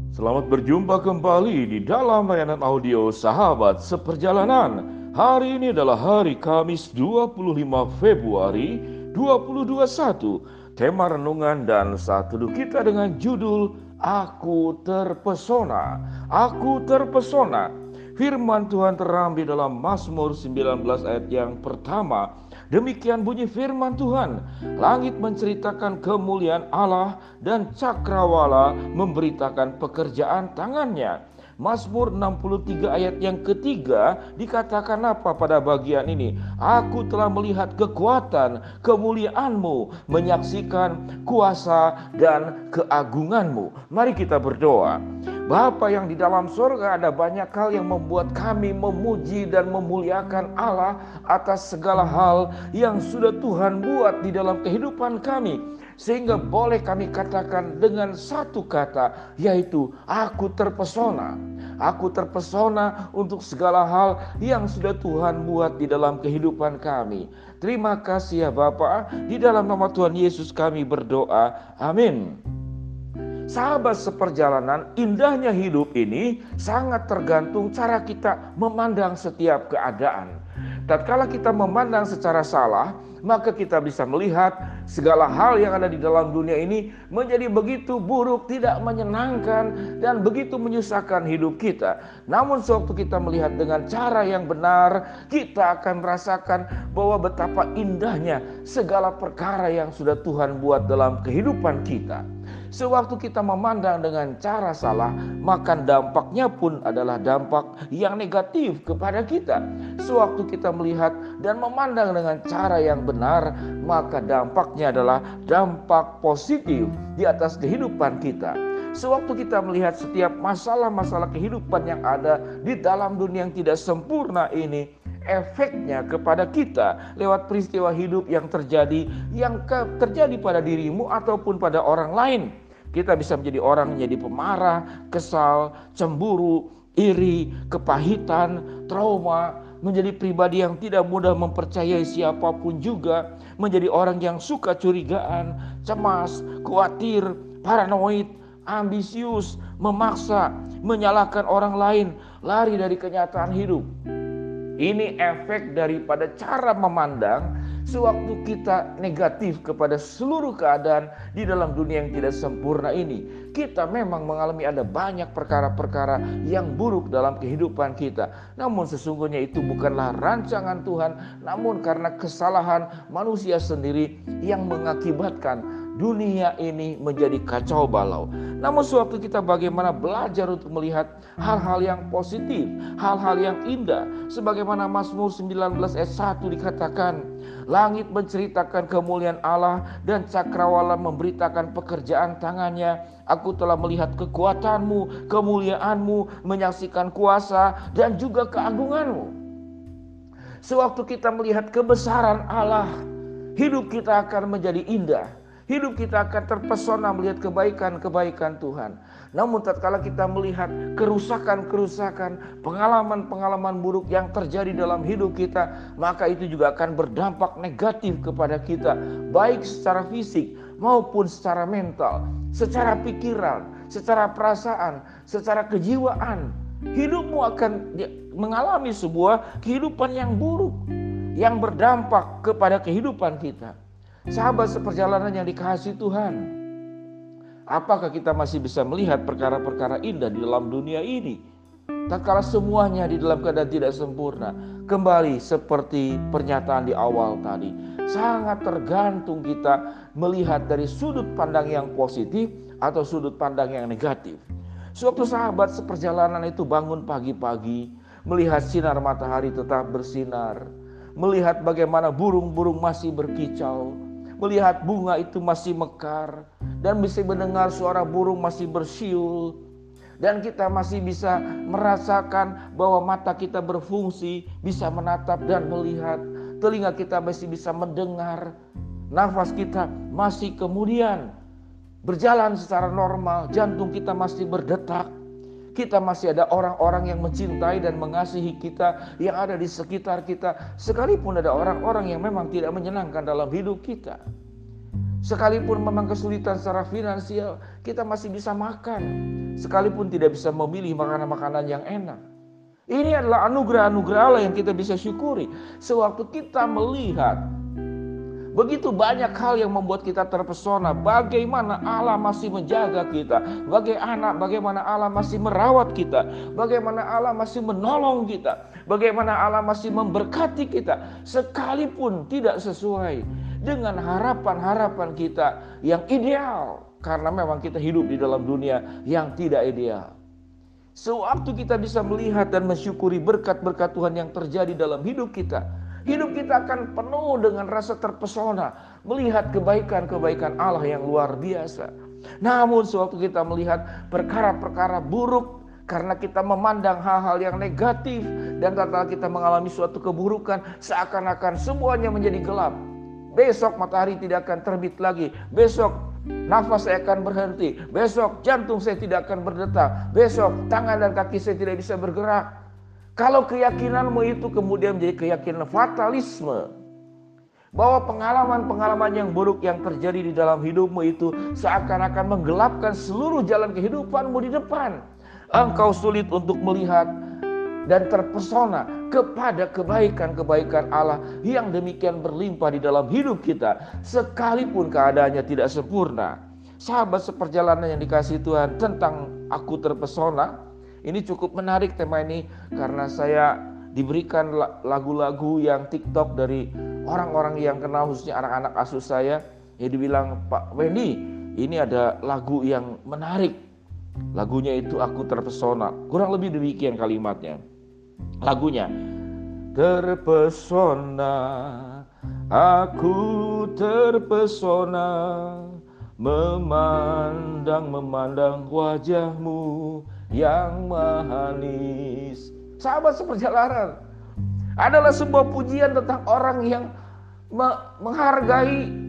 Selamat berjumpa kembali di dalam layanan audio Sahabat Seperjalanan. Hari ini adalah hari Kamis 25 Februari 2021. Tema renungan dan saat teduh kita dengan judul Aku Terpesona. Aku Terpesona. Firman Tuhan terambil dalam Mazmur 19 ayat yang pertama. Demikian bunyi firman Tuhan, langit menceritakan kemuliaan Allah dan cakrawala memberitakan pekerjaan tangannya. Mazmur 63 ayat yang ketiga dikatakan apa pada bagian ini? Aku telah melihat kekuatan, kemuliaan-Mu, menyaksikan kuasa dan keagungan-Mu. Mari kita berdoa. Bapa yang di dalam surga, ada banyak hal yang membuat kami memuji dan memuliakan Allah atas segala hal yang sudah Tuhan buat di dalam kehidupan kami. Sehingga boleh kami katakan dengan satu kata, yaitu aku terpesona. Aku terpesona untuk segala hal yang sudah Tuhan buat di dalam kehidupan kami. Terima kasih ya Bapa. Di dalam nama Tuhan Yesus kami berdoa. Amin. Sahabat seperjalanan, indahnya hidup ini sangat tergantung cara kita memandang setiap keadaan. Tatkala kita memandang secara salah, maka kita bisa melihat segala hal yang ada di dalam dunia ini menjadi begitu buruk, tidak menyenangkan, dan begitu menyusahkan hidup kita. Namun sewaktu kita melihat dengan cara yang benar, kita akan merasakan bahwa betapa indahnya segala perkara yang sudah Tuhan buat dalam kehidupan kita. Sewaktu kita memandang dengan cara salah, maka dampaknya pun adalah dampak yang negatif kepada kita. Sewaktu kita melihat dan memandang dengan cara yang benar, maka dampaknya adalah dampak positif di atas kehidupan kita. Sewaktu kita melihat setiap masalah-masalah kehidupan yang ada di dalam dunia yang tidak sempurna ini, efeknya kepada kita lewat peristiwa hidup yang terjadi pada dirimu ataupun pada orang lain. Kita bisa menjadi orang yang jadi pemarah, kesal, cemburu, iri, kepahitan, trauma, menjadi pribadi yang tidak mudah mempercayai siapapun juga, menjadi orang yang suka curigaan, cemas, khawatir, paranoid, ambisius, memaksa, menyalahkan orang lain, lari dari kenyataan hidup. Ini efek daripada cara memandang sewaktu kita negatif kepada seluruh keadaan di dalam dunia yang tidak sempurna ini. Kita memang mengalami ada banyak perkara-perkara yang buruk dalam kehidupan kita. Namun sesungguhnya itu bukanlah rancangan Tuhan, namun karena kesalahan manusia sendiri yang mengakibatkan dunia ini menjadi kacau balau. Namun sewaktu kita bagaimana belajar untuk melihat hal-hal yang positif, hal-hal yang indah. Sebagaimana Mazmur 19 ayat 1 dikatakan, langit menceritakan kemuliaan Allah dan cakrawala memberitakan pekerjaan tangannya. Aku telah melihat kekuatan-Mu, kemuliaan-Mu, menyaksikan kuasa dan juga keagungan-Mu. Sewaktu kita melihat kebesaran Allah, hidup kita akan menjadi indah. Hidup kita akan terpesona melihat kebaikan-kebaikan Tuhan. Namun tatkala kita melihat kerusakan-kerusakan, pengalaman-pengalaman buruk yang terjadi dalam hidup kita, maka itu juga akan berdampak negatif kepada kita, baik secara fisik maupun secara mental, secara pikiran, secara perasaan, secara kejiwaan. Hidupmu akan mengalami sebuah kehidupan yang buruk, yang berdampak kepada kehidupan kita. Sahabat seperjalanan yang dikasihi Tuhan, apakah kita masih bisa melihat perkara-perkara indah di dalam dunia ini? Tatkala semuanya di dalam keadaan tidak sempurna, kembali seperti pernyataan di awal tadi, sangat tergantung kita melihat dari sudut pandang yang positif atau sudut pandang yang negatif. Suatu sahabat seperjalanan itu bangun pagi-pagi, melihat sinar matahari tetap bersinar, melihat bagaimana burung-burung masih berkicau, melihat bunga itu masih mekar, dan bisa mendengar suara burung masih bersiul, dan kita masih bisa merasakan bahwa mata kita berfungsi, bisa menatap dan melihat, telinga kita masih bisa mendengar, nafas kita masih kemudian berjalan secara normal, jantung kita masih berdetak. Kita masih ada orang-orang yang mencintai dan mengasihi kita yang ada di sekitar kita. Sekalipun ada orang-orang yang memang tidak menyenangkan dalam hidup kita. Sekalipun memang kesulitan secara finansial, kita masih bisa makan. sekalipun tidak bisa memilih makanan-makanan yang enak. Ini adalah anugerah-anugerah Allah yang kita bisa syukuri. Sewaktu kita melihat begitu banyak hal yang membuat kita terpesona, bagaimana Allah masih menjaga kita, bagaimana Allah masih merawat kita, bagaimana Allah masih menolong kita, bagaimana Allah masih memberkati kita, sekalipun tidak sesuai dengan harapan-harapan kita yang ideal, karena memang kita hidup di dalam dunia yang tidak ideal. Sewaktu kita bisa melihat dan mensyukuri berkat-berkat Tuhan yang terjadi dalam hidup kita akan penuh dengan rasa terpesona melihat kebaikan-kebaikan Allah yang luar biasa. Namun sewaktu kita melihat perkara-perkara buruk, karena kita memandang hal-hal yang negatif, dan tatkala kita mengalami suatu keburukan, seakan-akan semuanya menjadi gelap. Besok matahari tidak akan terbit lagi, besok nafas saya akan berhenti, besok jantung saya tidak akan berdetak, besok tangan dan kaki saya tidak bisa bergerak. Kalau keyakinanmu itu kemudian menjadi keyakinan fatalisme, bahwa pengalaman-pengalaman yang buruk yang terjadi di dalam hidupmu itu seakan-akan menggelapkan seluruh jalan kehidupanmu di depan, engkau sulit untuk melihat dan terpesona kepada kebaikan-kebaikan Allah yang demikian berlimpah di dalam hidup kita, sekalipun keadaannya tidak sempurna. Sahabat seperjalanan yang dikasihi Tuhan, tentang aku terpesona, ini cukup menarik tema ini, karena saya diberikan lagu-lagu yang TikTok dari orang-orang yang kenal, khususnya anak-anak asuh saya. Ya, dibilang, Pak Wendy, ini ada lagu yang menarik. Lagunya itu Aku Terpesona. Kurang lebih demikian kalimatnya. Lagunya, terpesona, aku terpesona, memandang wajahmu yang manis. Sahabat seperjalanan, adalah sebuah pujian tentang orang yang menghargai,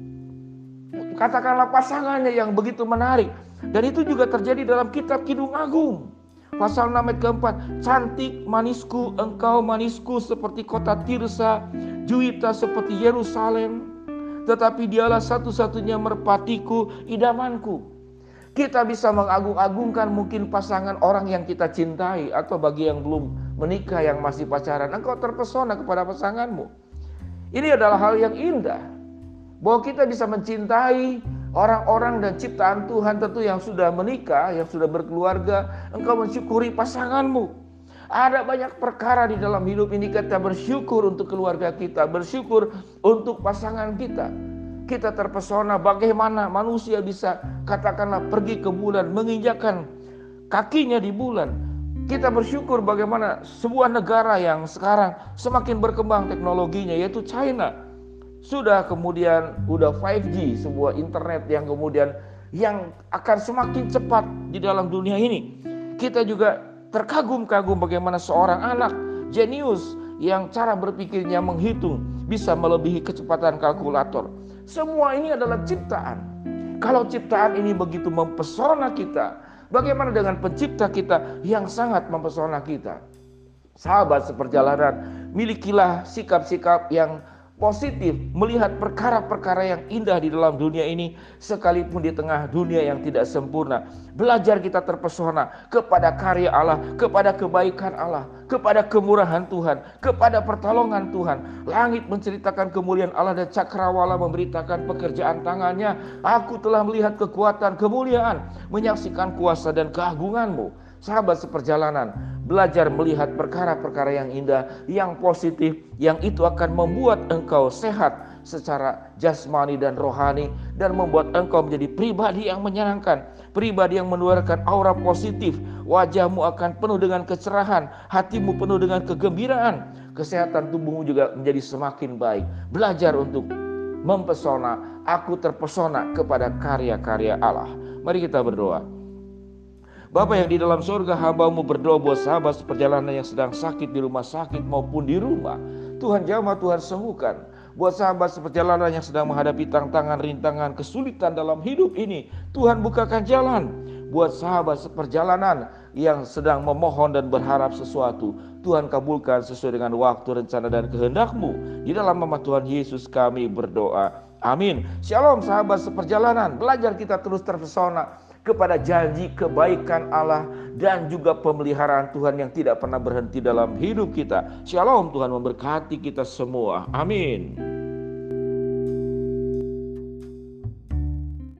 katakanlah, pasangannya yang begitu menarik. Dan itu juga terjadi dalam kitab Kidung Agung pasal 6 ayat keempat. Cantik manisku, engkau manisku seperti kota Tirsa, juwita seperti Yerusalem, tetapi dialah satu-satunya merpatiku, idamanku. Kita bisa mengagung-agungkan mungkin pasangan orang yang kita cintai, atau bagi yang belum menikah, yang masih pacaran, engkau terpesona kepada pasanganmu. Ini adalah hal yang indah, bahwa kita bisa mencintai orang-orang dan ciptaan Tuhan, tentu yang sudah menikah, yang sudah berkeluarga. Engkau mensyukuri pasanganmu. Ada banyak perkara di dalam hidup ini, kita bersyukur untuk keluarga kita, bersyukur untuk pasangan kita. Kita terpesona bagaimana manusia bisa, katakanlah, pergi ke bulan, menginjakkan kakinya di bulan. Kita bersyukur bagaimana sebuah negara yang sekarang semakin berkembang teknologinya, yaitu China, sudah 5G, sebuah internet yang kemudian yang akan semakin cepat di dalam dunia ini. Kita juga terkagum-kagum bagaimana seorang anak jenius yang cara berpikirnya menghitung bisa melebihi kecepatan kalkulator. Semua ini adalah ciptaan. Kalau ciptaan ini begitu mempesona kita, bagaimana dengan pencipta kita yang sangat mempesona kita? Sahabat seperjalanan, milikilah sikap-sikap yang positif, melihat perkara-perkara yang indah di dalam dunia ini, sekalipun di tengah dunia yang tidak sempurna. Belajar kita terpesona kepada karya Allah, kepada kebaikan Allah, kepada kemurahan Tuhan, kepada pertolongan Tuhan. Langit menceritakan kemuliaan Allah dan cakrawala memberitakan pekerjaan tangannya. Aku telah melihat kekuatan, kemuliaan, menyaksikan kuasa dan keagunganmu. Sahabat seperjalanan, belajar melihat perkara-perkara yang indah, yang positif, yang itu akan membuat engkau sehat secara jasmani dan rohani, dan membuat engkau menjadi pribadi yang menyenangkan, pribadi yang menularkan aura positif. Wajahmu akan penuh dengan kecerahan, hatimu penuh dengan kegembiraan, kesehatan tubuhmu juga menjadi semakin baik. Belajar untuk mempesona, aku terpesona kepada karya-karya Allah. Mari kita berdoa. Bapa yang di dalam surga, hamba-Mu berdoa buat sahabat seperjalanan yang sedang sakit di rumah sakit maupun di rumah. Tuhan jamah, Tuhan sembuhkan. Buat sahabat seperjalanan yang sedang menghadapi tantangan, rintangan, kesulitan dalam hidup ini, Tuhan bukakan jalan. Buat sahabat seperjalanan yang sedang memohon dan berharap sesuatu, Tuhan kabulkan sesuai dengan waktu, rencana, dan kehendak-Mu. Di dalam nama Tuhan Yesus kami berdoa. Amin. Shalom sahabat seperjalanan. Belajar kita terus terpesona kepada janji kebaikan Allah dan juga pemeliharaan Tuhan yang tidak pernah berhenti dalam hidup kita. Shalom, Tuhan memberkati kita semua. Amin.